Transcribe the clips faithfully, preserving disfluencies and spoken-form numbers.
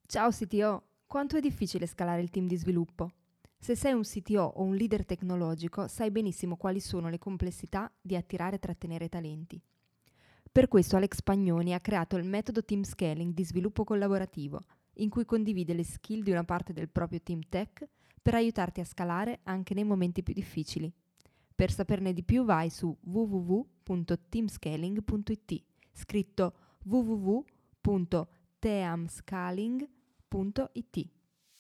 Ciao C T O, quanto è difficile scalare il team di sviluppo? Se sei un C T O o un leader tecnologico, sai benissimo quali sono le complessità di attirare e trattenere talenti. Per questo Alex Pagnoni ha creato il metodo Team Scaling di sviluppo collaborativo, in cui condivide le skill di una parte del proprio team tech per aiutarti a scalare anche nei momenti più difficili. Per saperne di più vai su w w w punto teamscaling punto i t, scritto w w w punto teamscaling punto i t.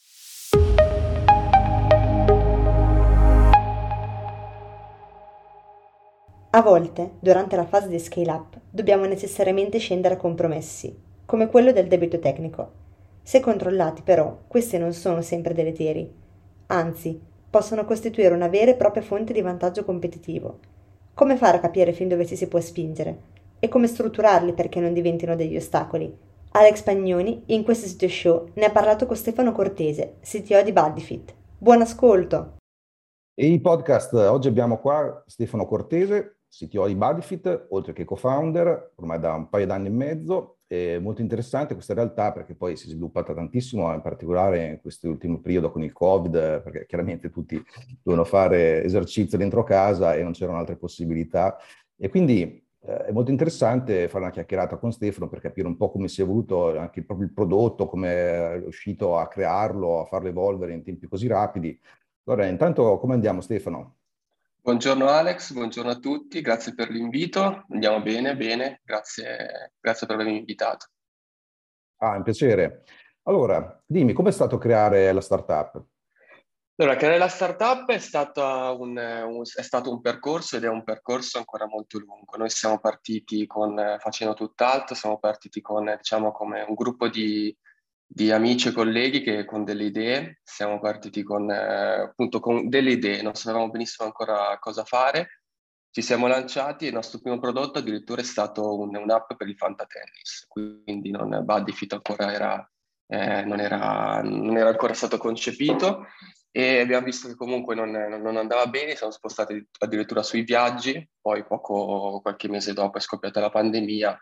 A volte, durante la fase di scale-up, dobbiamo necessariamente scendere a compromessi, come quello del debito tecnico. Se controllati, però, questi non sono sempre deleteri. Anzi, possono costituire una vera e propria fonte di vantaggio competitivo. Come fare a capire fin dove ci si può spingere? E come strutturarli perché non diventino degli ostacoli? Alex Pagnoni, in questo sito show, ne ha parlato con Stefano Cortese, C T O di Buddyfit. Buon ascolto! E i podcast, oggi abbiamo qua Stefano Cortese, C T O di Buddyfit, oltre che co-founder, ormai da un paio d'anni e mezzo. È molto interessante questa realtà perché poi si è sviluppata tantissimo, in particolare in questo ultimo periodo con il Covid, perché chiaramente tutti dovevano fare esercizio dentro casa e non c'erano altre possibilità. E quindi eh, è molto interessante fare una chiacchierata con Stefano per capire un po' come si è evoluto anche proprio il prodotto, come è riuscito a crearlo, a farlo evolvere in tempi così rapidi. Allora, intanto come andiamo, Stefano? Buongiorno Alex, buongiorno a tutti, grazie per l'invito. Andiamo bene, bene, grazie, grazie per avermi invitato. Ah, è un piacere. Allora, dimmi, com'è stato creare la startup? Allora, creare la startup è stata un, un- è stato un percorso ed è un percorso ancora molto lungo. Noi siamo partiti con, eh, facendo tutt'altro, siamo partiti con, eh, diciamo, come un gruppo di, di amici e colleghi che con delle idee, siamo partiti con, eh, appunto, con delle idee, non sapevamo benissimo ancora cosa fare. Ci siamo lanciati e il nostro primo prodotto addirittura è stato un- un'app per il fantatennis, quindi non, Buddyfit ancora era, eh, non era, non era ancora stato concepito e abbiamo visto che comunque non, non andava bene, siamo spostati addirittura sui viaggi, poi poco, qualche mese dopo è scoppiata la pandemia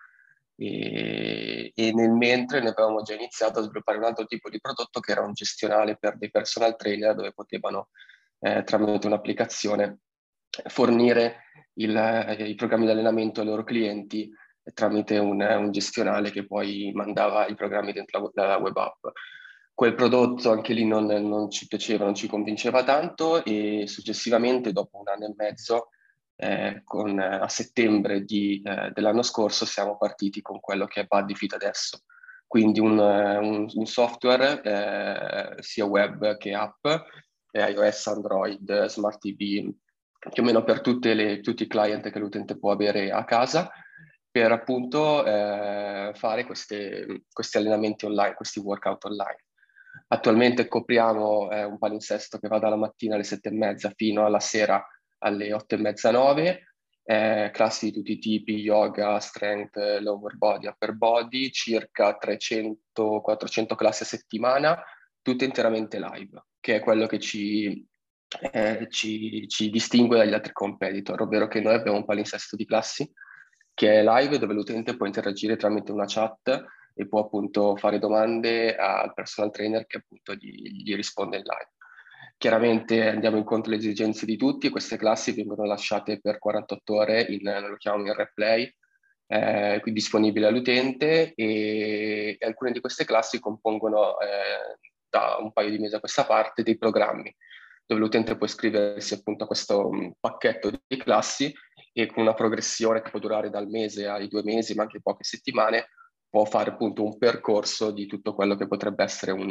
e, e nel mentre noi avevamo già iniziato a sviluppare un altro tipo di prodotto che era un gestionale per dei personal trainer dove potevano eh, tramite un'applicazione fornire il, eh, i programmi di allenamento ai loro clienti tramite un, un gestionale che poi mandava i programmi dentro la, la web app. Quel prodotto anche lì non, non ci piaceva, non ci convinceva tanto e successivamente, dopo un anno e mezzo, eh, con, eh, a settembre di, eh, dell'anno scorso, siamo partiti con quello che è Buddyfit adesso. Quindi un, eh, un, un software eh, sia web che app, eh, iOS, Android, Smart T V, più o meno per tutte le, tutti i client che l'utente può avere a casa, per appunto eh, fare queste, questi allenamenti online, questi workout online. Attualmente copriamo eh, un palinsesto che va dalla mattina alle sette e mezza fino alla sera alle otto e mezza, nove, eh, classi di tutti i tipi, yoga, strength, lower body, upper body, circa trecento quattrocento classi a settimana, tutte interamente live, che è quello che ci, eh, ci, ci distingue dagli altri competitor, ovvero che noi abbiamo un palinsesto di classi che è live dove l'utente può interagire tramite una chat e può appunto fare domande al personal trainer che appunto gli, gli risponde in live. Chiaramente andiamo incontro alle esigenze di tutti e queste classi vengono lasciate per quarantotto ore in, noi lo chiamiamo in replay, eh, qui disponibile all'utente e, e alcune di queste classi compongono eh, da un paio di mesi a questa parte dei programmi dove l'utente può iscriversi appunto a questo mh, pacchetto di classi e con una progressione che può durare dal mese ai due mesi, ma anche poche settimane, può fare appunto un percorso di tutto quello che potrebbe essere un,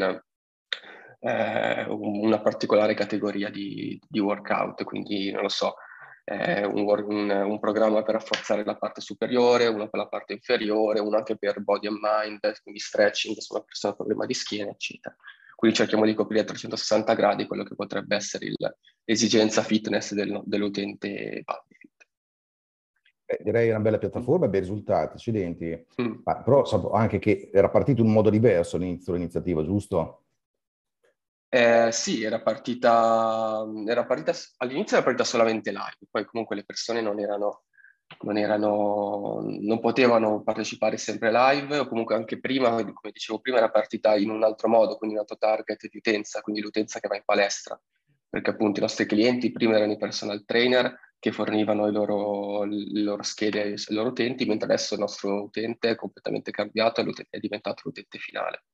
eh, una particolare categoria di, di workout, quindi non lo so, eh, un, un, un, programma per rafforzare la parte superiore, uno per la parte inferiore, uno anche per body and mind, quindi stretching se una persona ha problema di schiena, eccetera. Quindi cerchiamo di coprire a trecentosessanta gradi quello che potrebbe essere il, l'esigenza fitness del, dell'utente Buddyfit. Eh, direi una bella piattaforma e bei risultati, accidenti. Mm. Ma però sapevo anche che era partito in un modo diverso all'inizio dell'iniziativa, giusto? Eh, sì, era partita, era partita, all'inizio era partita solamente live, poi comunque le persone non erano non erano, non potevano partecipare sempre live, o comunque anche prima, come dicevo prima, era partita in un altro modo, quindi un altro target di utenza, quindi l'utenza che va in palestra, perché appunto i nostri clienti prima erano i personal trainer che fornivano i loro, le loro schede ai loro utenti, mentre adesso il nostro utente è completamente cambiato e è diventato l'utente finale.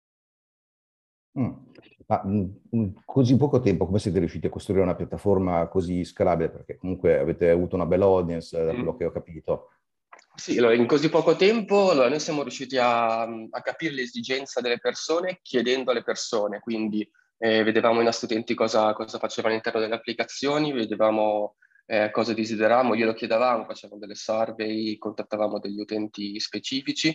Mm. Ma mh, in così poco tempo, come siete riusciti a costruire una piattaforma così scalabile? Perché comunque avete avuto una bella audience, eh, da quello Mm. che ho capito. Sì, allora, in così poco tempo allora, noi siamo riusciti a, a capire l'esigenza delle persone chiedendo alle persone, quindi eh, vedevamo i nostri utenti cosa, cosa facevano all'interno delle applicazioni, vedevamo eh, cosa desideravamo, glielo chiedevamo, facevamo delle survey, contattavamo degli utenti specifici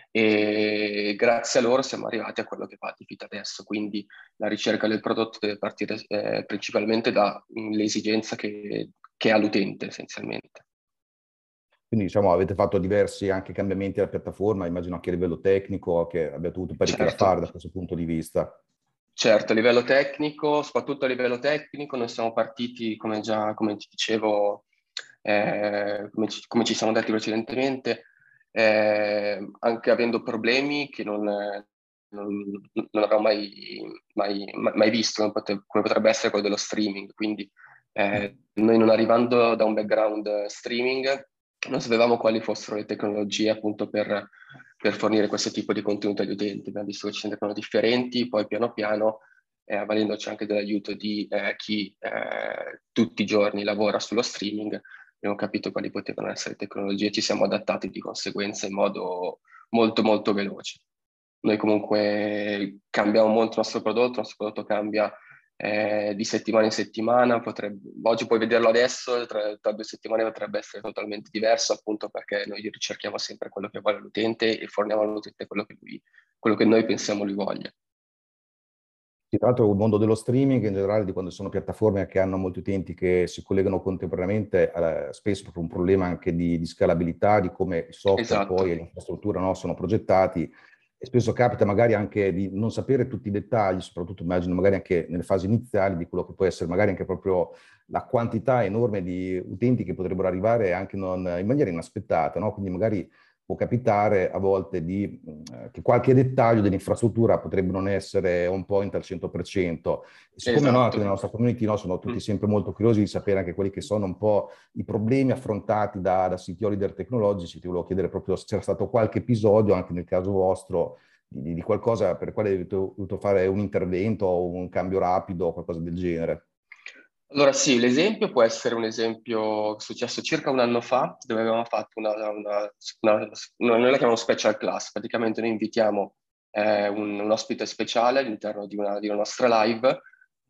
e grazie a loro siamo arrivati a quello che va di vita adesso, quindi la ricerca del prodotto deve partire eh, principalmente dall'esigenza che, che ha l'utente essenzialmente. Quindi diciamo avete fatto diversi anche cambiamenti alla piattaforma, immagino anche a livello tecnico, che abbiate avuto parecchio da fare Certo. da questo punto di vista. Certo, a livello tecnico, soprattutto a livello tecnico, noi siamo partiti, come già come ti dicevo, eh, come, ci, come ci siamo detti precedentemente, eh, anche avendo problemi che non, non, non avevamo mai, mai, mai visto, come, pote- come potrebbe essere quello dello streaming. Quindi eh, noi non arrivando da un background streaming, non sapevamo quali fossero le tecnologie appunto per per fornire questo tipo di contenuto agli utenti. Abbiamo visto che ci sono differenti, poi piano piano, eh, avvalendoci anche dell'aiuto di eh, chi eh, tutti i giorni lavora sullo streaming, abbiamo capito quali potevano essere le tecnologie e ci siamo adattati di conseguenza in modo molto molto veloce. Noi comunque cambiamo molto il nostro prodotto, il nostro prodotto cambia eh, di settimana in settimana, potrebbe, oggi puoi vederlo adesso, tra, tra due settimane potrebbe essere totalmente diverso, appunto perché noi ricerchiamo sempre quello che vuole l'utente e forniamo all'utente quello che, lui, quello che noi pensiamo lui voglia. Sì, tra l'altro il mondo dello streaming, in generale di quando sono piattaforme che hanno molti utenti che si collegano contemporaneamente, eh, spesso per un problema anche di, di scalabilità, di come il software poi e Esatto, l'infrastruttura, no, sono progettati, e spesso capita magari anche di non sapere tutti i dettagli, soprattutto immagino magari anche nelle fasi iniziali di quello che può essere magari anche proprio la quantità enorme di utenti che potrebbero arrivare anche non, in maniera inaspettata, no? Quindi magari può capitare a volte di, eh, che qualche dettaglio dell'infrastruttura potrebbe non essere on point al cento per cento. E siccome noi anche nella esatto. nostra community no, sono tutti Mm. sempre molto curiosi di sapere anche quelli che sono un po' i problemi affrontati da, da siti leader tecnologici, ti volevo chiedere proprio se c'era stato qualche episodio, anche nel caso vostro, di, di qualcosa per il quale avete dovuto fare un intervento o un cambio rapido o qualcosa del genere. Allora sì, l'esempio può essere un esempio che è successo circa un anno fa, dove avevamo fatto una, una, una- una- noi la chiamiamo special class, praticamente noi invitiamo eh, un, un ospite speciale all'interno di una, di una nostra live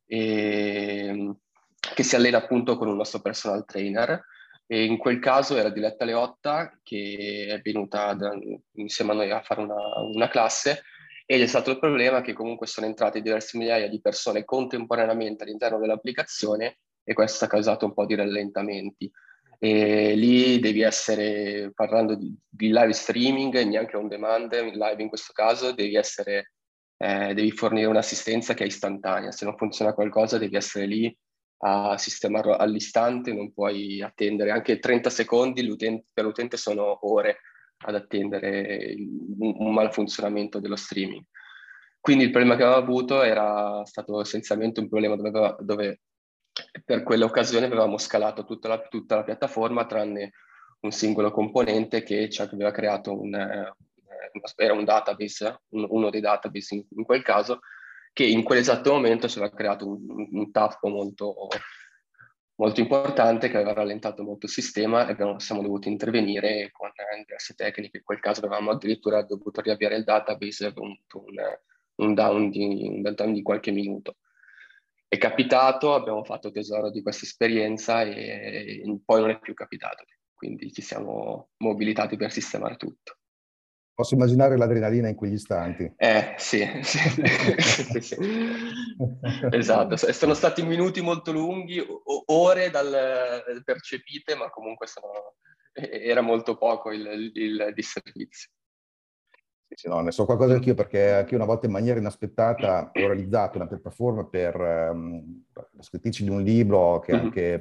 e, che si allena appunto con un nostro personal trainer e in quel caso era Diletta Leotta che è venuta da- insieme a noi a fare una, una classe e c'è stato il problema che comunque sono entrate diverse migliaia di persone contemporaneamente all'interno dell'applicazione e questo ha causato un po' di rallentamenti. E lì devi essere, parlando di, di live streaming, neanche on demand, live in questo caso, devi essere, eh, devi fornire un'assistenza che è istantanea. Se non funziona qualcosa, devi essere lì a sistemarlo all'istante, non puoi attendere anche trenta secondi, l'utente- per l'utente sono ore ad attendere il- un, un malfunzionamento dello streaming. Quindi il problema che aveva avuto era stato essenzialmente un problema dove, aveva- dove per quell'occasione avevamo scalato tutta la, tutta la piattaforma tranne un singolo componente che ci aveva creato un, eh, era un database, un- uno dei database in, in quel caso, che in quell'esatto momento ci aveva creato un, un tappo molto, molto importante che aveva rallentato molto il sistema e abbiamo, siamo dovuti intervenire con eh, diverse tecniche. In quel caso avevamo addirittura dovuto riavviare il database e avuto un, un down di, un down di qualche minuto. È capitato, abbiamo fatto tesoro di questa esperienza e, e poi non è più capitato. Quindi ci siamo mobilitati per sistemare tutto. Posso immaginare l'adrenalina in quegli istanti. Eh, sì, sì, sì, sì. Esatto, S- sono stati minuti molto lunghi, o- ore dal, percepite, ma comunque sono- e- era molto poco il, il, il disservizio. Sì, sì, no, ne so qualcosa Mm. anch'io perché anche una volta in maniera inaspettata ho realizzato una piattaforma per ehm, la scrittrice di un libro che Mhm. anche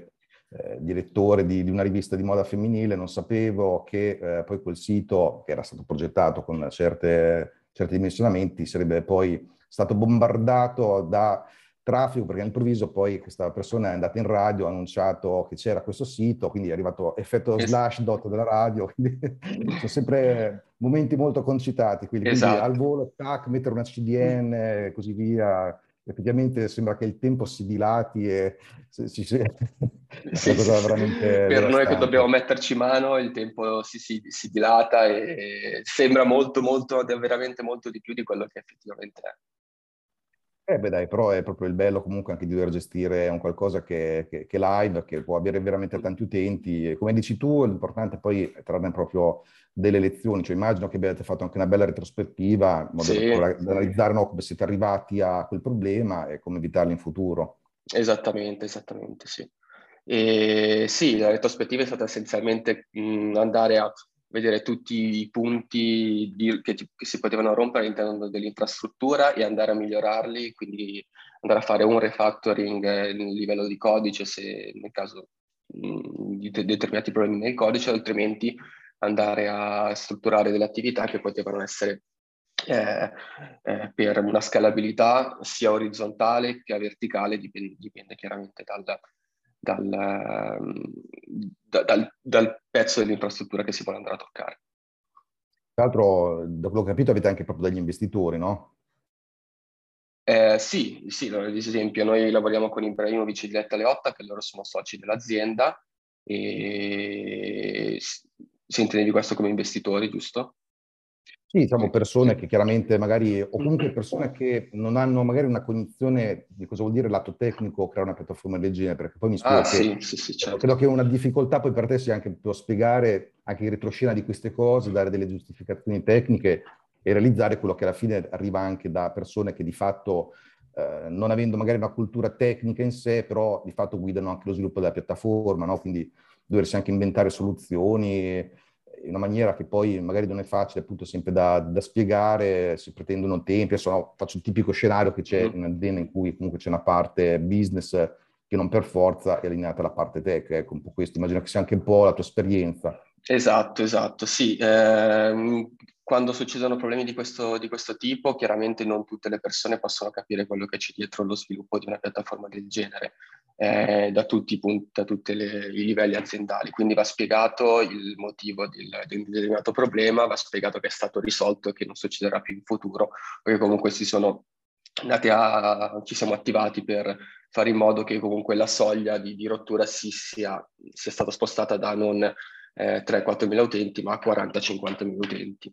eh, direttore di, di una rivista di moda femminile, non sapevo che eh, poi quel sito, che era stato progettato con certe, certi dimensionamenti, sarebbe poi stato bombardato da traffico, perché all'improvviso poi questa persona è andata in radio, ha annunciato che c'era questo sito, quindi è arrivato effetto Es- slash dot della radio, quindi sono sempre momenti molto concitati, quindi, quindi al esatto. volo, tac, mettere una C D N e così via. Effettivamente sembra che il tempo si dilati e si, si, si- è una Sì, sì, cosa sì. veramente Per noi che dobbiamo devastante. metterci mano, il tempo si, si- si dilata e sembra molto, molto, veramente molto di più di quello che effettivamente è. Eh beh dai, però è proprio il bello comunque anche di dover gestire un qualcosa che, che, che live, che può avere veramente tanti utenti. E come dici tu, l'importante poi è trarne proprio delle lezioni. Cioè immagino che abbiate fatto anche una bella retrospettiva, in modo Sì, da da analizzare, no, come siete arrivati a quel problema e come evitarlo in futuro. esattamente, esattamente, sì. E sì, la retrospettiva è stata essenzialmente mh, andare a vedere tutti i punti di- che, ci- che si potevano rompere all'interno dell'infrastruttura e andare a migliorarli, quindi andare a fare un refactoring eh, nel livello di codice se nel caso mh, di de- determinati problemi nel codice, altrimenti andare a strutturare delle attività che potevano essere eh, eh, per una scalabilità sia orizzontale che verticale, dipende, dipende chiaramente dal, dal, ehm, da- dal- dal pezzo dell'infrastruttura che si vuole andare a toccare. Tra l'altro, da quello che ho capito, avete anche proprio degli investitori, no? Eh, sì, sì, no, ad esempio noi lavoriamo con Ibrahimovic e Diletta Leotta, che loro sono soci dell'azienda, e s- si intende di questo come investitori, giusto? Sì, diciamo Sì. persone che chiaramente magari, o comunque persone che non hanno magari una cognizione di cosa vuol dire lato tecnico creare una piattaforma del genere, perché poi mi Ah, spiego che sì, sì, sì, ecco, credo certo. che una difficoltà poi per te sia anche proprio spiegare anche in retroscena di queste cose, dare delle giustificazioni tecniche e realizzare quello che alla fine arriva anche da persone che di fatto, eh, non avendo magari una cultura tecnica in sé, però di fatto guidano anche lo sviluppo della piattaforma, no? Quindi doversi anche inventare soluzioni in una maniera che poi magari non è facile, appunto, sempre da, da spiegare, si pretendono tempi. Adesso no, faccio il tipico scenario che c'è in Mhm. un'azienda in cui comunque c'è una parte business che non per forza è allineata alla parte tech, ecco, un po' questo. Immagino che sia anche un po' la tua esperienza. Esatto, esatto, sì. Ehm, quando succedono problemi di questo, di questo tipo, chiaramente non tutte le persone possono capire quello che c'è dietro lo sviluppo di una piattaforma del genere, eh, da tutti i punti, da tutti i livelli aziendali. Quindi va spiegato il motivo del- di un determinato problema, va spiegato che è stato risolto e che non succederà più in futuro, perché comunque si sono andati a, ci siamo attivati per fare in modo che comunque la soglia di, di rottura si sia, sia stata spostata da non eh, tre quattro mila utenti, ma quaranta cinquanta mila utenti.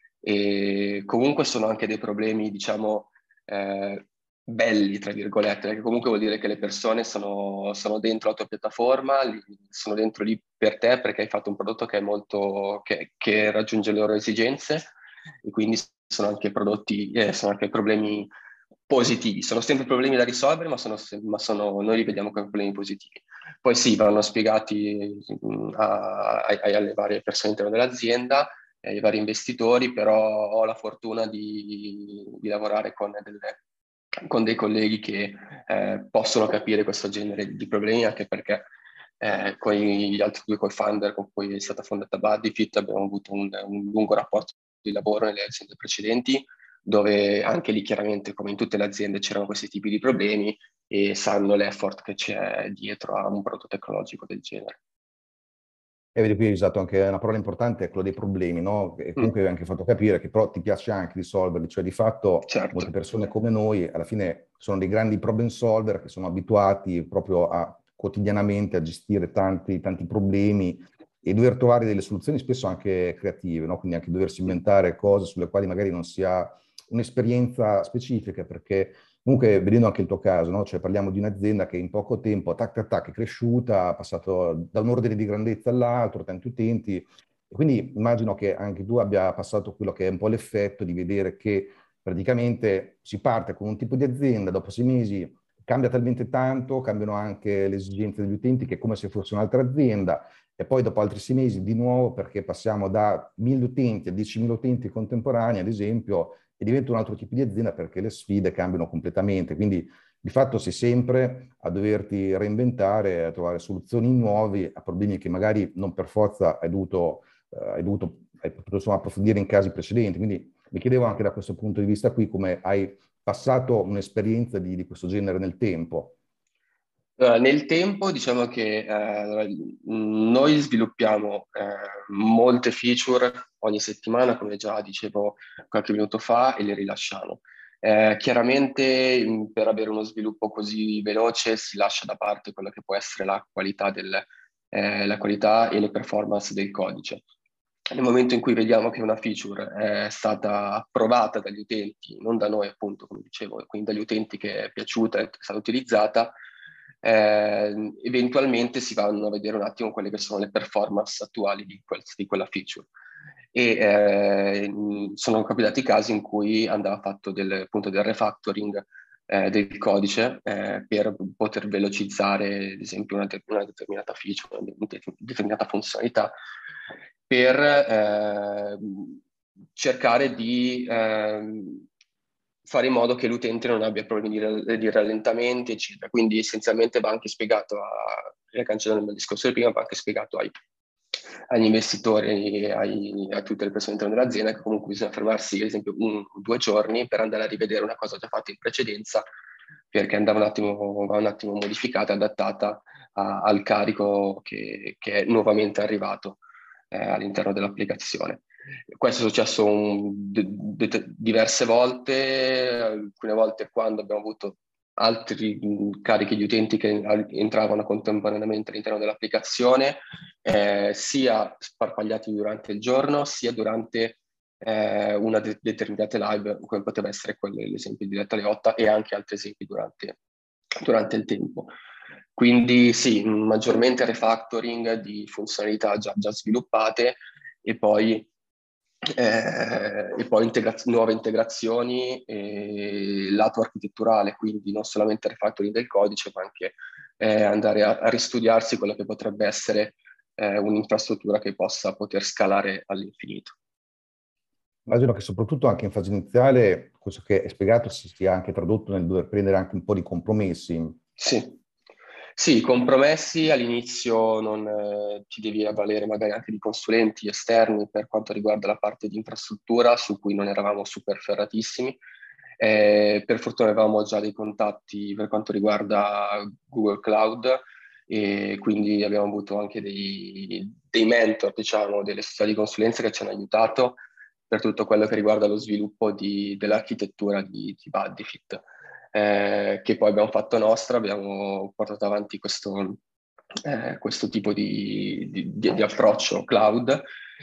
E comunque sono anche dei problemi, diciamo, eh, belli, tra virgolette, perché comunque vuol dire che le persone sono, sono dentro la tua piattaforma, li- sono dentro lì per te perché hai fatto un prodotto che è molto, che, che raggiunge le loro esigenze e quindi sono anche prodotti, eh, sono anche problemi positivi. Sono sempre problemi da risolvere, ma, sono, ma sono, noi li vediamo come problemi positivi. Poi sì, vanno spiegati mh, a- a- alle varie persone all'interno dell'azienda, ai vari investitori, però ho la fortuna di, di lavorare con, delle- con dei colleghi che eh, possono capire questo genere di problemi, anche perché eh, con gli altri due co-founder con cui è stata fondata Buddyfit abbiamo avuto un, un lungo rapporto di lavoro nelle aziende precedenti, dove anche lì chiaramente, come in tutte le aziende, c'erano questi tipi di problemi e sanno l'effort che c'è dietro a un prodotto tecnologico del genere. E vedi qui hai usato anche una parola importante, è quello dei problemi, no? E Mm, comunque hai anche fatto capire che però ti piace anche risolverli, cioè di fatto molte certo. persone come noi alla fine sono dei grandi problem solver che sono abituati proprio a quotidianamente a gestire tanti, tanti problemi e dover trovare delle soluzioni spesso anche creative, no? Quindi anche doversi Mm. inventare cose sulle quali magari non si ha un'esperienza specifica, perché comunque, vedendo anche il tuo caso, no? Cioè, parliamo di un'azienda che in poco tempo, tac, tac, tac, è cresciuta, ha passato da un ordine di grandezza all'altro, tanti utenti. E quindi immagino che anche tu abbia passato quello che è un po' l'effetto di vedere che praticamente si parte con un tipo di azienda, dopo sei mesi cambia talmente tanto, cambiano anche le esigenze degli utenti, che è come se fosse un'altra azienda, e poi dopo altri sei mesi di nuovo, perché passiamo da mille utenti a diecimila utenti contemporanei, ad esempio, e diventa un altro tipo di azienda perché le sfide cambiano completamente. Quindi di fatto sei sempre a doverti reinventare, a trovare soluzioni nuove a problemi che magari non per forza hai dovuto, eh, hai dovuto hai potuto insomma, approfondire in casi precedenti. Quindi mi chiedevo anche da questo punto di vista qui come hai passato un'esperienza di, di questo genere nel tempo. Uh, nel tempo diciamo che uh, noi sviluppiamo uh, molte feature ogni settimana, come già dicevo qualche minuto fa, e le rilasciamo. Uh, chiaramente mh, per avere uno sviluppo così veloce si lascia da parte quella che può essere la qualità, del, eh, la qualità e le performance del codice. Nel momento in cui vediamo che una feature è stata approvata dagli utenti, non da noi appunto, come dicevo, quindi dagli utenti che è piaciuta e è stata utilizzata, eh, eventualmente si vanno a vedere un attimo quelle che sono le performance attuali di, quel, di quella feature. E eh, sono capitati casi in cui andava fatto del, appunto, del refactoring eh, del codice eh, per poter velocizzare, ad esempio, una, una determinata feature, una determinata funzionalità, per eh, cercare di eh, fare in modo che l'utente non abbia problemi di, di rallentamenti, eccetera. Quindi essenzialmente va anche spiegato, a, cancellando il discorso di prima, va anche spiegato ai, agli investitori e ai, a tutte le persone all'interno dell'azienda che comunque bisogna fermarsi, ad esempio, un, due giorni per andare a rivedere una cosa già fatta in precedenza, perché andava un attimo, va un attimo modificata, adattata a, al carico che, che è nuovamente arrivato eh, all'interno dell'applicazione. Questo è successo un, de, de, diverse volte, alcune volte quando abbiamo avuto altri mh, carichi di utenti che entravano contemporaneamente all'interno dell'applicazione, eh, sia sparpagliati durante il giorno, sia durante eh, una de- determinate live, come poteva essere quello, l'esempio di Diretta Leotta, e anche altri esempi durante, durante il tempo. Quindi sì, maggiormente refactoring di funzionalità già, già sviluppate e poi Eh, e poi integraz- nuove integrazioni e lato architetturale, quindi non solamente refactoring del codice, ma anche eh, andare a, a ristudiarsi quella che potrebbe essere eh, un'infrastruttura che possa poter scalare all'infinito. Immagino che soprattutto anche in fase iniziale, questo che è spiegato si sia anche tradotto nel dover prendere anche un po' di compromessi. Sì. Sì, i compromessi all'inizio non eh, ti devi avvalere magari anche di consulenti esterni per quanto riguarda la parte di infrastruttura su cui non eravamo super ferratissimi. Eh, per fortuna avevamo già dei contatti per quanto riguarda Google Cloud e quindi abbiamo avuto anche dei, dei mentor, diciamo, delle società di consulenza che ci hanno aiutato per tutto quello che riguarda lo sviluppo di, dell'architettura di, di Buddifit. Eh, che poi abbiamo fatto nostra, abbiamo portato avanti questo, eh, questo tipo di, di, di approccio cloud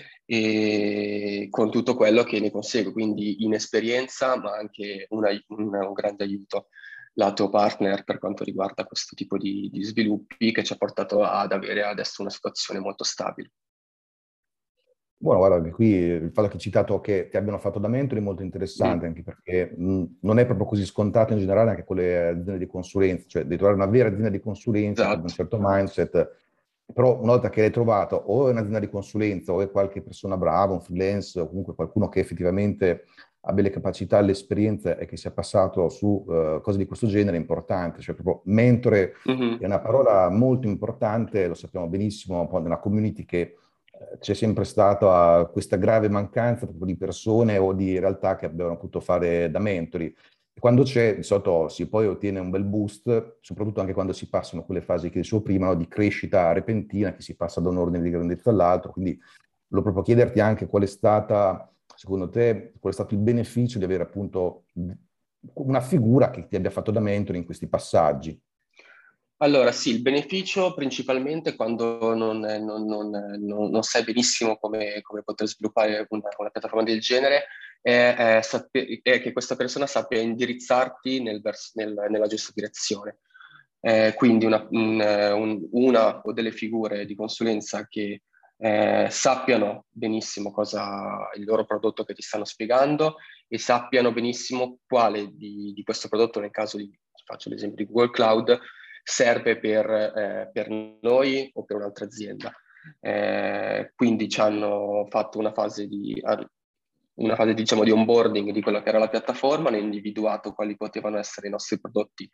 e con tutto quello che ne consegue, quindi inesperienza ma anche una, un, un grande aiuto lato partner per quanto riguarda questo tipo di, di sviluppi che ci ha portato ad avere adesso una situazione molto stabile. Buono, guarda, che qui il fatto che hai citato che ti abbiano fatto da mentore è molto interessante, Mm. anche perché mh, non è proprio così scontato in generale anche con le aziende di consulenza, cioè devi trovare una vera azienda di consulenza con un Esatto. certo mindset, però una volta che l'hai trovato o è un'azienda di consulenza o è qualche persona brava, un freelance o comunque qualcuno che effettivamente abbia le capacità, l'esperienza e che sia passato su uh, cose di questo genere è importante, cioè proprio mentore Mm-hmm. è una parola molto importante, lo sappiamo benissimo un po' nella community che c'è sempre stata questa grave mancanza proprio di persone o di realtà che abbiano potuto fare da mentori. E quando c'è, di solito si poi ottiene un bel boost, soprattutto anche quando si passano quelle fasi che dicevo prima, no, di crescita repentina, che si passa da un ordine di grandezza all'altro. Quindi volevo proprio chiederti anche qual è stata, secondo te, qual è stato il beneficio di avere appunto una figura che ti abbia fatto da mentore in questi passaggi. Allora, sì, il beneficio principalmente è quando non, non, non, non, non sai benissimo come, come poter sviluppare una, una piattaforma del genere, è, è, sape- è che questa persona sappia indirizzarti nel vers- nel- nella giusta direzione. Eh, quindi una, un- un- una o delle figure di consulenza che eh, sappiano benissimo cosa il loro prodotto che ti stanno spiegando e sappiano benissimo quale di, di questo prodotto, nel caso di, faccio l'esempio di Google Cloud, serve per, eh, per noi o per un'altra azienda. Eh, quindi ci hanno fatto una fase di, una fase diciamo di onboarding di quella che era la piattaforma, hanno individuato quali potevano essere i nostri prodotti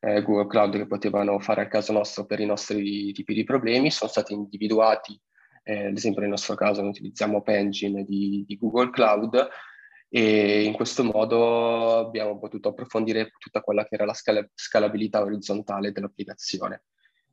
eh, Google Cloud che potevano fare al caso nostro per i nostri tipi di problemi, sono stati individuati, eh, ad esempio nel nostro caso noi utilizziamo Pengine di, di Google Cloud, e in questo modo abbiamo potuto approfondire tutta quella che era la scala- scalabilità orizzontale dell'applicazione.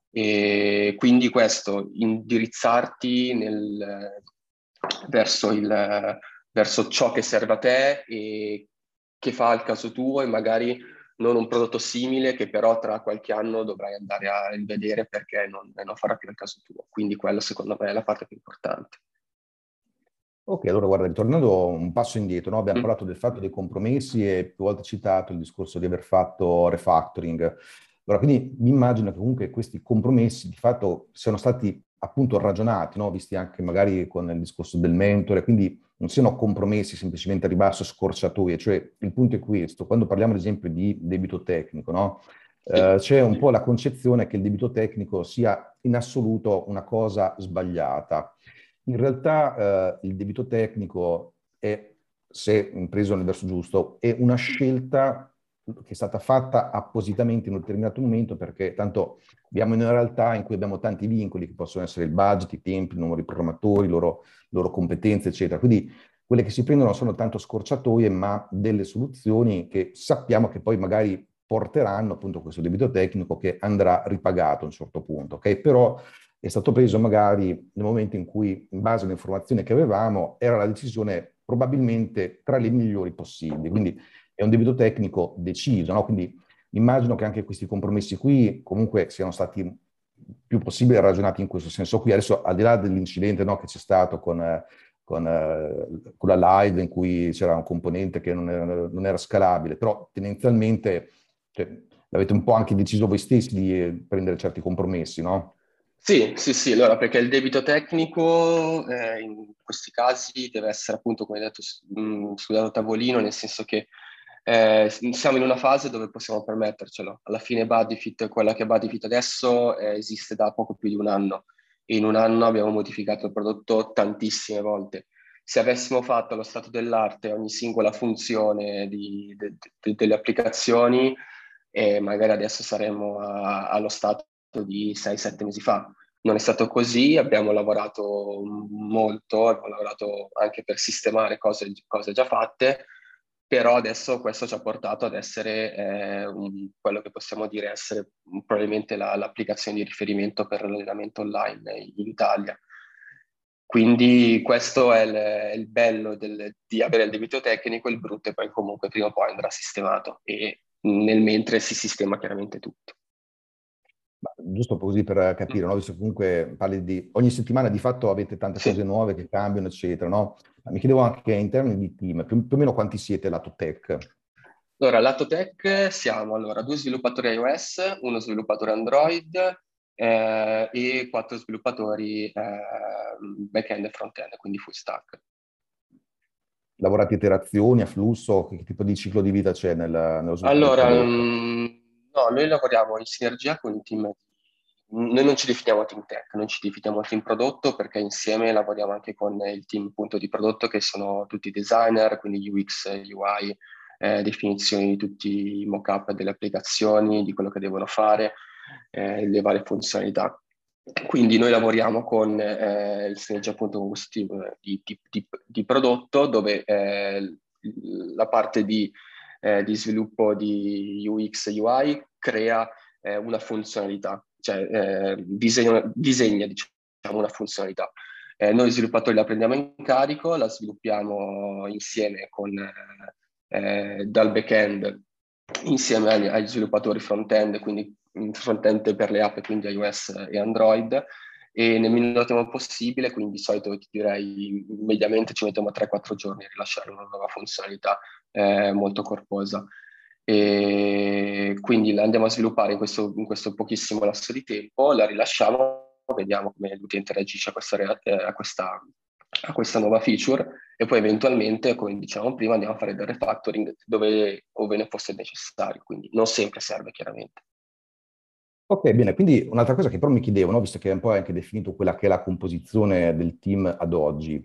E quindi questo, indirizzarti nel, verso, il, verso ciò che serve a te e che fa al caso tuo, e magari non un prodotto simile che però tra qualche anno dovrai andare a rivedere perché non, non farà più al caso tuo. Quindi quello secondo me è la parte più importante. Ok, allora guarda, ritornando un passo indietro, no? Abbiamo Mm. parlato del fatto dei compromessi e più volte citato il discorso di aver fatto refactoring. Allora, quindi mi immagino che comunque questi compromessi di fatto siano stati appunto ragionati, no? Visti anche magari con il discorso del mentore, quindi non siano compromessi semplicemente a ribasso scorciatoie, cioè il punto è questo, quando parliamo ad esempio di debito tecnico, no? Sì. Eh, c'è un po' la concezione che il debito tecnico sia in assoluto una cosa sbagliata. In realtà eh, il debito tecnico è, se preso nel verso giusto, è una scelta che è stata fatta appositamente in un determinato momento, perché tanto abbiamo una realtà in cui abbiamo tanti vincoli che possono essere il budget, i tempi, il numero di programmatori, le loro, loro competenze, eccetera. Quindi quelle che si prendono sono tanto scorciatoie, ma delle soluzioni che sappiamo che poi magari porteranno appunto questo debito tecnico che andrà ripagato a un certo punto, ok? Però è stato preso magari nel momento in cui, in base alle informazioni che avevamo, era la decisione probabilmente tra le migliori possibili. Quindi è un debito tecnico deciso, no? Quindi immagino che anche questi compromessi qui comunque siano stati più possibile ragionati in questo senso qui. Adesso, al di là dell'incidente, no, che c'è stato con, eh, con, eh, con la live in cui c'era un componente che non era, non era scalabile, però tendenzialmente cioè, l'avete un po' anche deciso voi stessi di eh, prendere certi compromessi, no? Sì, sì, sì, allora perché il debito tecnico eh, in questi casi deve essere appunto, come hai detto, s- mh, studiato a tavolino, nel senso che eh, s- siamo in una fase dove possiamo permettercelo. Alla fine Buddyfit, quella che è Buddyfit adesso, eh, esiste da poco più di un anno, e in un anno abbiamo modificato il prodotto tantissime volte. Se avessimo fatto allo stato dell'arte ogni singola funzione di- de- de- delle applicazioni, eh, magari adesso saremmo a- allo stato di sei sette mesi fa. Non è stato così, abbiamo lavorato molto, abbiamo lavorato anche per sistemare cose, cose già fatte, però adesso questo ci ha portato ad essere eh, un- quello che possiamo dire essere probabilmente la- l'applicazione di riferimento per l'allenamento online in Italia. Quindi questo è il, è il bello del- di avere il debito tecnico, il brutto, e poi comunque prima o poi andrà sistemato, e nel mentre si sistema chiaramente tutto. Ma giusto così per capire, no? Visto che comunque parli di ogni settimana di fatto avete tante cose Sì. nuove che cambiano, eccetera, no? Ma mi chiedevo anche in termini di team, più, più o meno quanti siete lato tech? Allora, lato tech siamo allora due sviluppatori iOS, uno sviluppatore Android eh, e quattro sviluppatori eh, back-end e front-end, quindi full stack. Lavorate a iterazioni, a flusso? Che tipo di ciclo di vita c'è nel- nello sviluppo del Allora, prodotto? mm, no, noi lavoriamo in sinergia con il team. Noi non ci definiamo team tech, non ci definiamo team prodotto, perché insieme lavoriamo anche con il team appunto di prodotto, che sono tutti designer, quindi U X, U I, eh, definizioni di tutti i mock-up delle applicazioni, di quello che devono fare, eh, le varie funzionalità. Quindi noi lavoriamo con eh, il sinergia appunto con questo team di, di- di- di prodotto, dove eh, la parte di eh, di sviluppo di U X e U I crea eh, una funzionalità, cioè eh, disegna, disegna diciamo, una funzionalità. Eh, noi sviluppatori la prendiamo in carico, la sviluppiamo insieme con, eh, dal back-end insieme agli, agli sviluppatori front-end, quindi front-end per le app, quindi iOS e Android, e nel minor tempo possibile, quindi di solito ti direi mediamente ci mettiamo tre quattro giorni a rilasciare una nuova funzionalità eh, molto corposa. E quindi la andiamo a sviluppare in questo, in questo pochissimo lasso di tempo, la rilasciamo, vediamo come l'utente reagisce a questa, rea- eh, a questa, a questa nuova feature, e poi eventualmente, come dicevamo prima, andiamo a fare del refactoring dove, ove ne fosse necessario, quindi non sempre serve chiaramente. Ok, bene, quindi un'altra cosa che però mi chiedevo, no? Visto che è un po' anche definito quella che è la composizione del team ad oggi,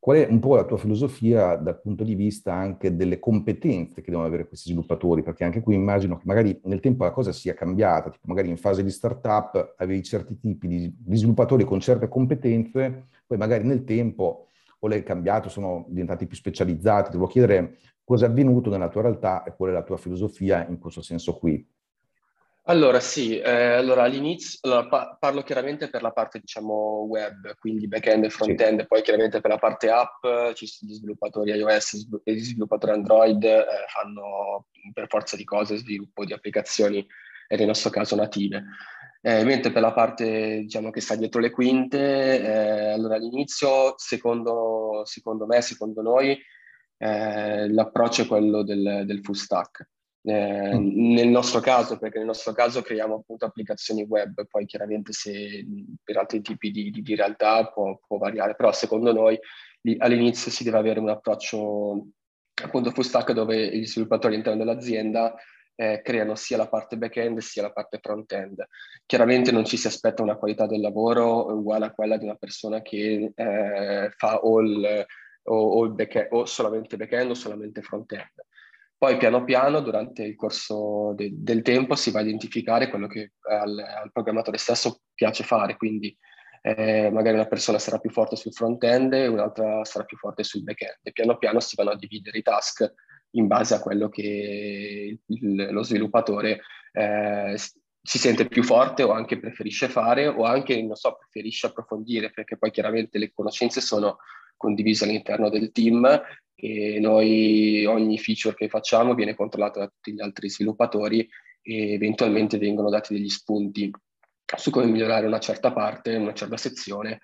qual è un po' la tua filosofia dal punto di vista anche delle competenze che devono avere questi sviluppatori? Perché anche qui immagino che magari nel tempo la cosa sia cambiata, tipo magari in fase di startup avevi certi tipi di, di sviluppatori con certe competenze, poi magari nel tempo o l'hai cambiato, sono diventati più specializzati. Ti volevo chiedere cosa è avvenuto nella tua realtà e qual è la tua filosofia in questo senso qui. Allora, sì, eh, allora all'inizio allora, pa- parlo chiaramente per la parte, diciamo, web, quindi back-end e Sì. front-end, poi chiaramente per la parte app eh, ci sono gli sviluppatori iOS e gli sviluppatori Android, eh, fanno per forza di cose sviluppo di applicazioni, e nel nostro caso native. Eh, mentre per la parte, diciamo, che sta dietro le quinte, eh, allora all'inizio, secondo, secondo me, secondo noi, eh, l'approccio è quello del, del full stack. Eh, Mm. nel nostro caso, perché nel nostro caso creiamo appunto applicazioni web, poi chiaramente se per altri tipi di, di- di realtà può, può variare, però secondo noi lì, all'inizio si deve avere un approccio appunto full stack dove gli sviluppatori all'interno dell'azienda eh, creano sia la parte back-end sia la parte front-end. Chiaramente non ci si aspetta una qualità del lavoro uguale a quella di una persona che eh, fa o, il, o, o, il back o solamente back-end o solamente front-end. Poi piano piano, durante il corso de- del tempo, si va a identificare quello che al, al programmatore stesso piace fare, quindi eh, magari una persona sarà più forte sul front-end e un'altra sarà più forte sul back-end. E piano piano si vanno a dividere i task in base a quello che il- lo sviluppatore eh, s- si sente più forte o anche preferisce fare o anche, non so, preferisce approfondire, perché poi chiaramente le conoscenze sono condivise all'interno del team e noi ogni feature che facciamo viene controllata da tutti gli altri sviluppatori e eventualmente vengono dati degli spunti su come migliorare una certa parte, una certa sezione,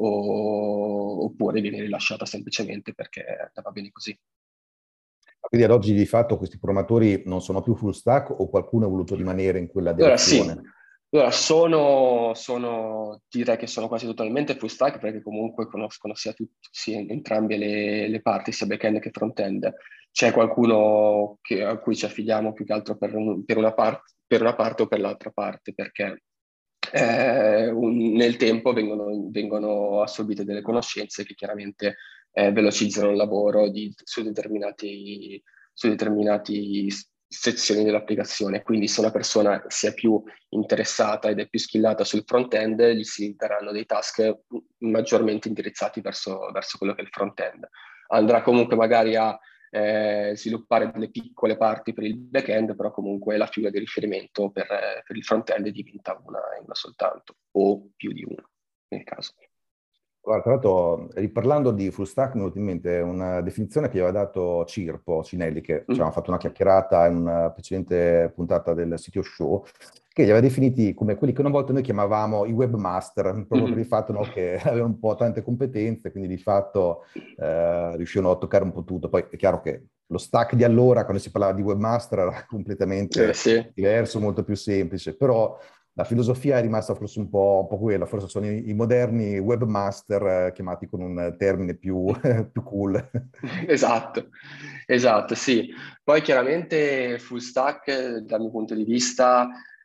o, oppure viene rilasciata semplicemente perché va bene così. Quindi ad oggi di fatto questi programmatori non sono più full stack o qualcuno ha voluto rimanere in quella Allora sì, direzione? allora, sono, sono, direi che sono quasi totalmente full stack perché comunque conoscono sia, tut- sia entrambe le, le parti, sia back-end che front-end. C'è qualcuno che- a cui ci affidiamo più che altro per, un- per una part- per una parte o per l'altra parte, perché eh, un- nel tempo vengono, vengono assorbite delle conoscenze che chiaramente eh, velocizzano il lavoro di- su determinati, su determinati s- sezioni dell'applicazione. Quindi se una persona si è più interessata ed è più skillata sul front-end, gli si daranno dei task maggiormente indirizzati verso, verso quello che è il front-end. Andrà comunque magari a eh, sviluppare delle piccole parti per il back-end, però comunque la figura di riferimento per, eh, per il front-end diventa una e una soltanto, o più di una, nel caso. Guarda, tra l'altro, riparlando di full stack, mi è venuta in mente una definizione che aveva dato Cirpo Cinelli, che ci Mm. aveva fatto una chiacchierata in una precedente puntata del sito show, che li aveva definiti come quelli che una volta noi chiamavamo i webmaster, proprio per il Mhm. fatto, no, che avevano un po' tante competenze, quindi di fatto eh, riuscivano a toccare un po' tutto. Poi è chiaro che lo stack di allora, quando si parlava di webmaster, era Eh, completamente sì. diverso, molto più semplice, però la filosofia è rimasta forse un po', un po' quella, forse sono i, i moderni webmaster eh, chiamati con un termine più, più cool. Esatto, esatto, sì. Poi chiaramente full stack, eh, dal mio punto di vista,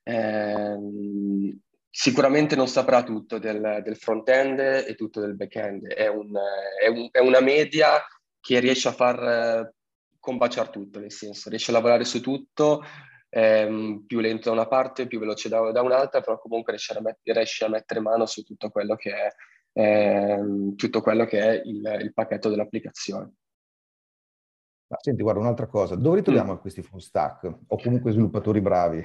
ehm, sicuramente non saprà tutto del, del front-end e tutto del back-end. È, un- è un- è una media che riesce a far eh, combaciare tutto, nel senso, riesce a lavorare su tutto, ehm, più lento da una parte, più veloce da, da un'altra, però comunque riesce a, met- riesce a mettere mano su tutto quello che è, ehm, tutto quello che è il il pacchetto dell'applicazione. Ma senti, guarda, un'altra cosa, dove Mm. ritroviamo questi full stack? O comunque sviluppatori bravi?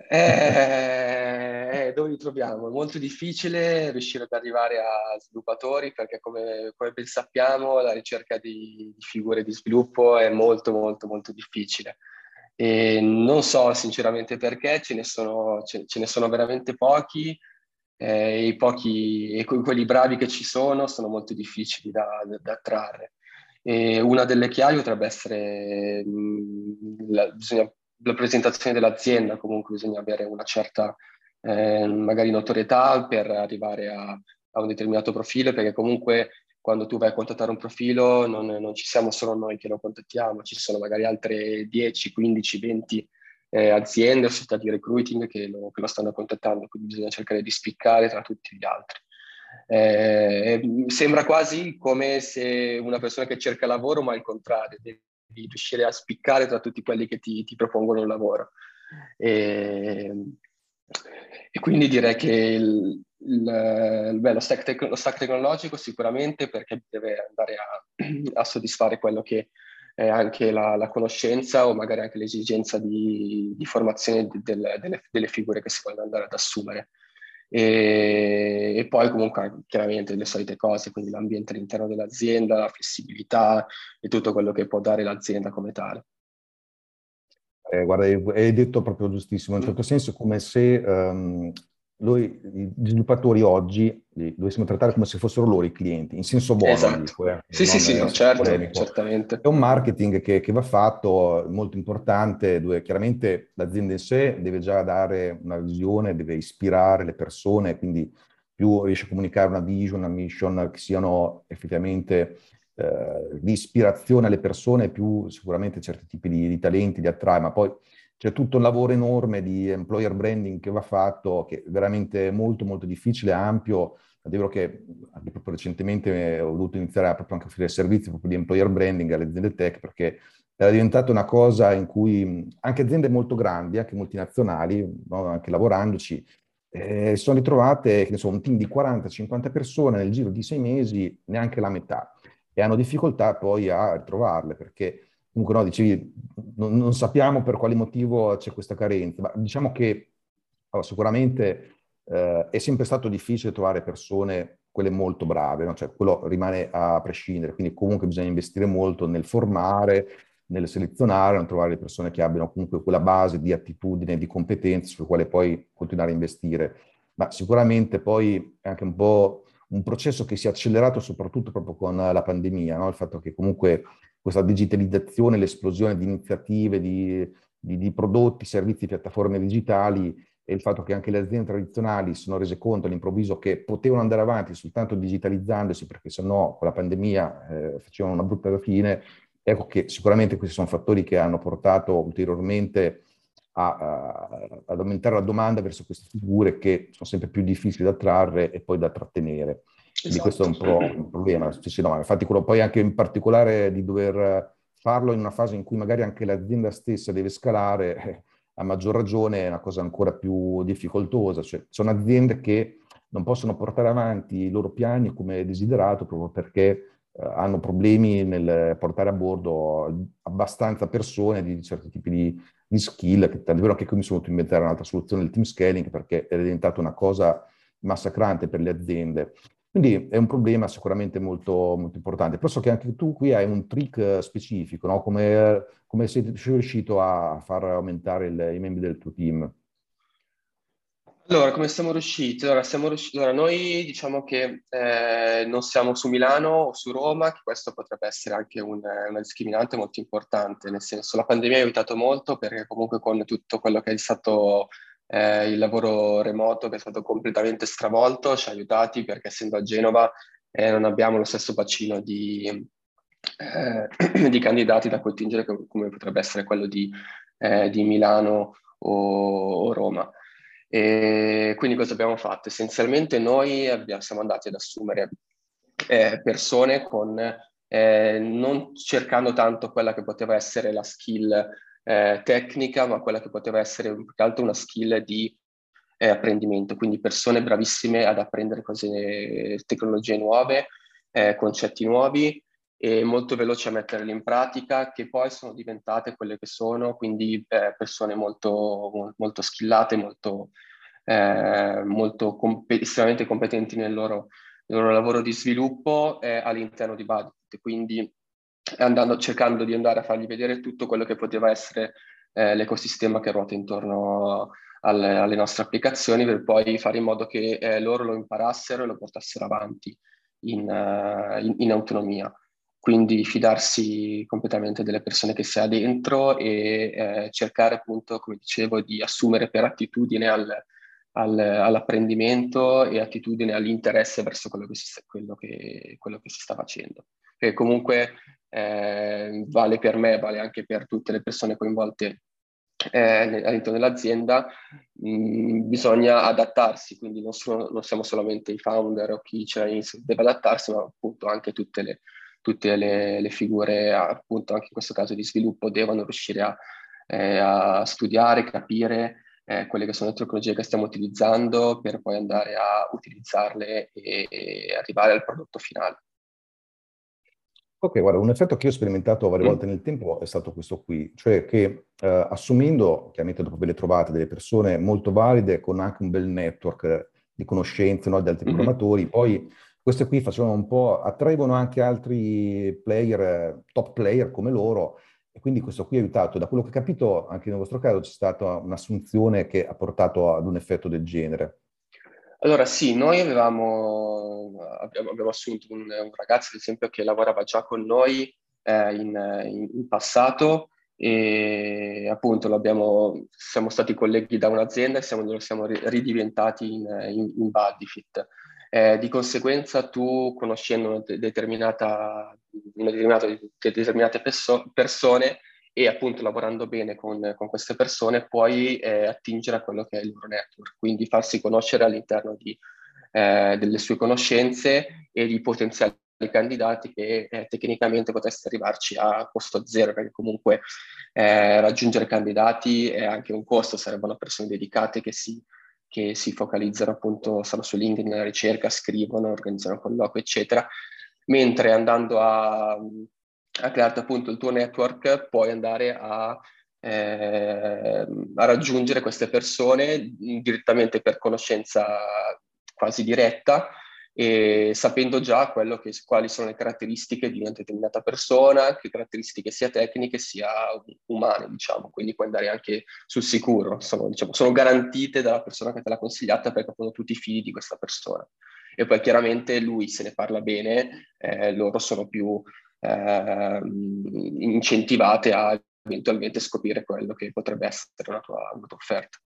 Eh, eh, dove li troviamo? È molto difficile riuscire ad arrivare a sviluppatori perché come, come ben sappiamo la ricerca di, di figure di sviluppo è molto molto molto difficile e non so sinceramente perché ce ne sono, ce, ce ne sono veramente pochi eh, i pochi e que- quelli bravi che ci sono sono molto difficili da, da- da attrarre. E una delle chiavi potrebbe essere mh, la, bisogna- la presentazione dell'azienda, comunque bisogna avere una certa eh, magari notorietà per arrivare a, a un determinato profilo, perché comunque quando tu vai a contattare un profilo non, non ci siamo solo noi che lo contattiamo, ci sono magari altre dieci, quindici, venti eh, aziende o società di recruiting che lo, che lo stanno contattando, quindi bisogna cercare di spiccare tra tutti gli altri. Eh, sembra quasi come se una persona che cerca lavoro, ma al contrario, devi riuscire a spiccare tra tutti quelli che ti, ti propongono un lavoro. E, e quindi direi che il, il, beh, lo, stack tec- lo stack tecnologico sicuramente, perché deve andare a, a soddisfare quello che è anche la, la conoscenza o magari anche l'esigenza di, di formazione di- del- delle, delle figure che si vogliono andare ad assumere. E, e poi comunque chiaramente le solite cose, quindi l'ambiente all'interno dell'azienda, la flessibilità e tutto quello che può dare l'azienda come tale. Eh, guarda, hai hai detto proprio giustissimo, in un certo senso è come se ehm, noi, i sviluppatori oggi, li dovessimo trattare come se fossero loro i clienti, in senso buono lo Esatto. dico, eh, Sì, sì, non sì, in no, senso certo, polemico. certamente. È un marketing che, che va fatto molto importante, dove chiaramente l'azienda in sé deve già dare una visione, deve ispirare le persone, quindi più riesce a comunicare una vision, una mission che siano effettivamente eh, di ispirazione alle persone, più sicuramente certi tipi di, di talenti li attrae, ma poi c'è tutto un lavoro enorme di employer branding che va fatto, che è veramente molto molto difficile, ampio. È vero che anche proprio recentemente ho dovuto iniziare a proprio anche offrire servizi proprio di employer branding alle aziende tech, perché era diventata una cosa in cui anche aziende molto grandi, anche multinazionali, no, anche lavorandoci, eh, sono ritrovate, che ne so, un team di quaranta cinquanta persone nel giro di sei mesi, neanche la metà, e hanno difficoltà poi a ritrovarle, perché comunque no, dicevi, non, non sappiamo per quale motivo c'è questa carenza, ma diciamo che allora, sicuramente eh, è sempre stato difficile trovare persone, quelle molto brave, no? Cioè, quello rimane a prescindere, quindi comunque bisogna investire molto nel formare, nel selezionare, nel trovare le persone che abbiano comunque quella base di attitudine, di competenze sulle quali poi continuare a investire. Ma sicuramente poi è anche un po' un processo che si è accelerato soprattutto proprio con la pandemia, no? Il fatto che comunque questa digitalizzazione, l'esplosione di iniziative, di, di, di prodotti, servizi, piattaforme digitali e il fatto che anche le aziende tradizionali si sono rese conto all'improvviso che potevano andare avanti soltanto digitalizzandosi, perché sennò con la pandemia eh, facevano una brutta fine. Ecco che sicuramente questi sono fattori che hanno portato ulteriormente a, a, ad aumentare la domanda verso queste figure che sono sempre più difficili da attrarre e poi da trattenere. Quindi questo è Esatto. un po' un problema. Sì, sì, no, infatti quello poi anche in particolare di dover farlo in una fase in cui magari anche l'azienda stessa deve scalare, eh, a maggior ragione è una cosa ancora più difficoltosa. Cioè, sono aziende che non possono portare avanti i loro piani come desiderato proprio perché eh, hanno problemi nel portare a bordo abbastanza persone di certi tipi di, di skill, che tant'è vero che qui mi sono dovuto inventare un'altra soluzione del team scaling perché è diventata una cosa massacrante per le aziende. Quindi è un problema sicuramente molto, molto importante. Però so che anche tu qui hai un trick specifico, no? Come, come sei riuscito a far aumentare il, i membri del tuo team? Allora, come siamo riusciti? Allora, siamo riusciti, allora, noi diciamo che eh, non siamo su Milano o su Roma, che questo potrebbe essere anche un- una discriminante molto importante, nel senso la pandemia ha aiutato molto perché comunque con tutto quello che è stato eh, il lavoro remoto che è stato completamente stravolto, ci ha aiutati perché essendo a Genova eh, non abbiamo lo stesso bacino di, eh, di candidati da contingere come come potrebbe essere quello di, eh, di Milano o o Roma. E quindi cosa abbiamo fatto? Essenzialmente noi abbiamo- siamo andati ad assumere eh, persone con, eh, non cercando tanto quella che poteva essere la skill eh, tecnica, ma quella che poteva essere più che altro una skill di eh, apprendimento, quindi persone bravissime ad apprendere cose, tecnologie nuove, eh, concetti nuovi e molto veloci a metterli in pratica, che poi sono diventate quelle che sono, quindi eh, persone molto, molto skillate, molto, eh, molto compe- estremamente competenti nel loro, nel loro lavoro di sviluppo eh, all'interno di Budget. Quindi andando, cercando di andare a fargli vedere tutto quello che poteva essere eh, l'ecosistema che ruota intorno alle, alle nostre applicazioni per poi fare in modo che eh, loro lo imparassero e lo portassero avanti in, uh, in, in autonomia. Quindi fidarsi completamente delle persone che si ha dentro e eh, cercare appunto, come dicevo, di assumere per attitudine al, al, all'apprendimento e attitudine all'interesse verso quello che si sta, quello che, quello che si sta facendo. Che comunque eh, vale per me, vale anche per tutte le persone coinvolte eh, all'interno dell'azienda, mh, bisogna adattarsi, quindi non, sono, non siamo solamente i founder o chi c'è all'inizio che deve adattarsi, ma appunto anche tutte le, tutte le, le figure, appunto anche in questo caso di sviluppo, devono riuscire a, eh, a studiare, capire eh, quelle che sono le tecnologie che stiamo utilizzando per poi andare a utilizzarle e, e arrivare al prodotto finale. Ok, guarda, un effetto che io ho sperimentato varie Mm. volte nel tempo è stato questo qui, cioè che eh, assumendo, chiaramente dopo ve le trovate, delle persone molto valide con anche un bel network di conoscenze, no, di altri Mhm. programmatori, poi queste qui facevano un po', attraevano anche altri player, eh, top player come loro, e quindi questo qui ha aiutato. Da quello che ho capito, anche nel vostro caso c'è stata un'assunzione che ha portato ad un effetto del genere. Allora sì, noi avevamo, abbiamo, abbiamo assunto un, un ragazzo, ad esempio, che lavorava già con noi eh, in, in- in passato e appunto l'abbiamo- siamo stati colleghi da un'azienda e siamo, lo siamo ri- ridiventati in, in, in Buddyfit. Eh, di conseguenza tu, conoscendo una de- determinata, una determinata- de- determinate perso- persone e appunto lavorando bene con, con queste persone puoi eh, attingere a quello che è il loro network, quindi farsi conoscere all'interno di, eh, delle sue conoscenze e di potenziali candidati che eh, tecnicamente potreste arrivarci a costo zero, perché comunque eh, raggiungere candidati è anche un costo, sarebbero persone dedicate che si, che si focalizzano appunto solo su LinkedIn, nella ricerca, scrivono, organizzano colloqui, eccetera, mentre andando a, a crearti appunto il tuo network puoi andare a, eh, a raggiungere queste persone direttamente per conoscenza quasi diretta e sapendo già quello che, quali sono le caratteristiche di una determinata persona, che caratteristiche sia tecniche sia umane, diciamo, quindi puoi andare anche sul sicuro, sono, diciamo, sono garantite dalla persona che te l'ha consigliata perché appunto tu ti fidi di questa persona. E poi chiaramente lui se ne parla bene, eh, loro sono più eh, incentivate a eventualmente scoprire quello che potrebbe essere una tua, una tua offerta.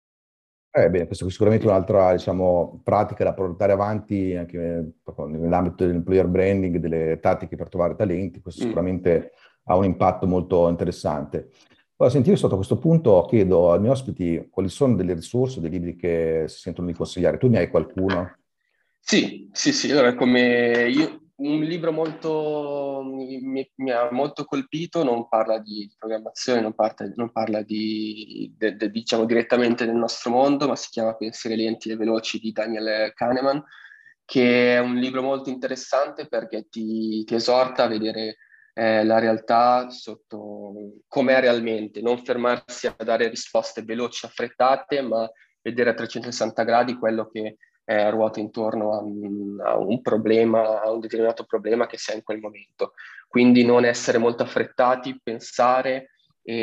Eh, bene, questa è sicuramente un'altra, diciamo, pratica da portare avanti anche eh, proprio nell'ambito dell'employer branding, delle tattiche per trovare talenti. Questo Mm. sicuramente ha un impatto molto interessante. Allora, senti, io sotto questo punto chiedo ai miei ospiti quali sono delle risorse, dei libri che si sentono di consigliare. Tu ne hai qualcuno? Sì, sì, sì, allora come io, un libro molto, mi, mi- mi ha molto colpito, non parla di, di programmazione, non parla, non parla di, de- de- diciamo direttamente del nostro mondo, ma si chiama Pensieri lenti e veloci di Daniel Kahneman, che è un libro molto interessante perché ti, ti esorta a vedere eh, la realtà sotto com'è realmente, non fermarsi a dare risposte veloci, affrettate, ma vedere a trecentosessanta gradi quello che eh, ruota intorno a un, a un problema, a un determinato problema che si ha in quel momento. Quindi non essere molto affrettati, pensare,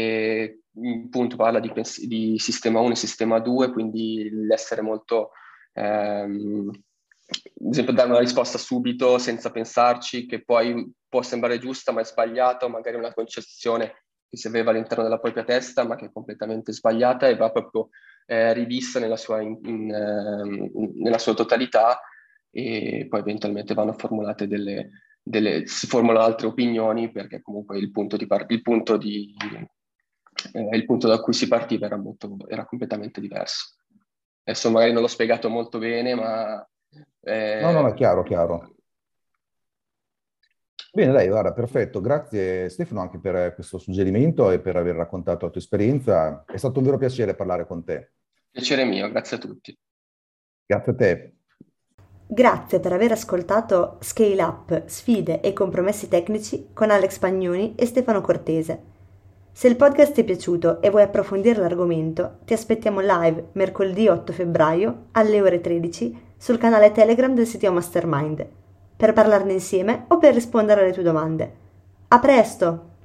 e appunto parla di, pens- di sistema uno e sistema due, quindi l'essere molto, ehm, ad esempio dare una risposta subito senza pensarci, che poi può sembrare giusta ma è sbagliata, o magari una concezione che si aveva all'interno della propria testa ma che è completamente sbagliata e va proprio eh, rivista nella sua, in, in, eh, nella sua totalità e poi eventualmente vanno formulate delle, delle si formulano altre opinioni perché comunque il punto, di par- il punto, di, eh, il punto da cui si partiva era, molto, era completamente diverso. Adesso magari non l'ho spiegato molto bene, ma No, no, no, eh, è chiaro, chiaro. Bene, dai, guarda, perfetto. Grazie Stefano anche per questo suggerimento e per aver raccontato la tua esperienza. È stato un vero piacere parlare con te. piacere mio, grazie a tutti. Grazie a te. Grazie per aver ascoltato Scale Up, sfide e compromessi tecnici con Alex Pagnoni e Stefano Cortese. Se il podcast ti è piaciuto e vuoi approfondire l'argomento, ti aspettiamo live mercoledì otto febbraio alle ore tredici sul canale Telegram del sito Mastermind, per parlarne insieme o per rispondere alle tue domande. A presto!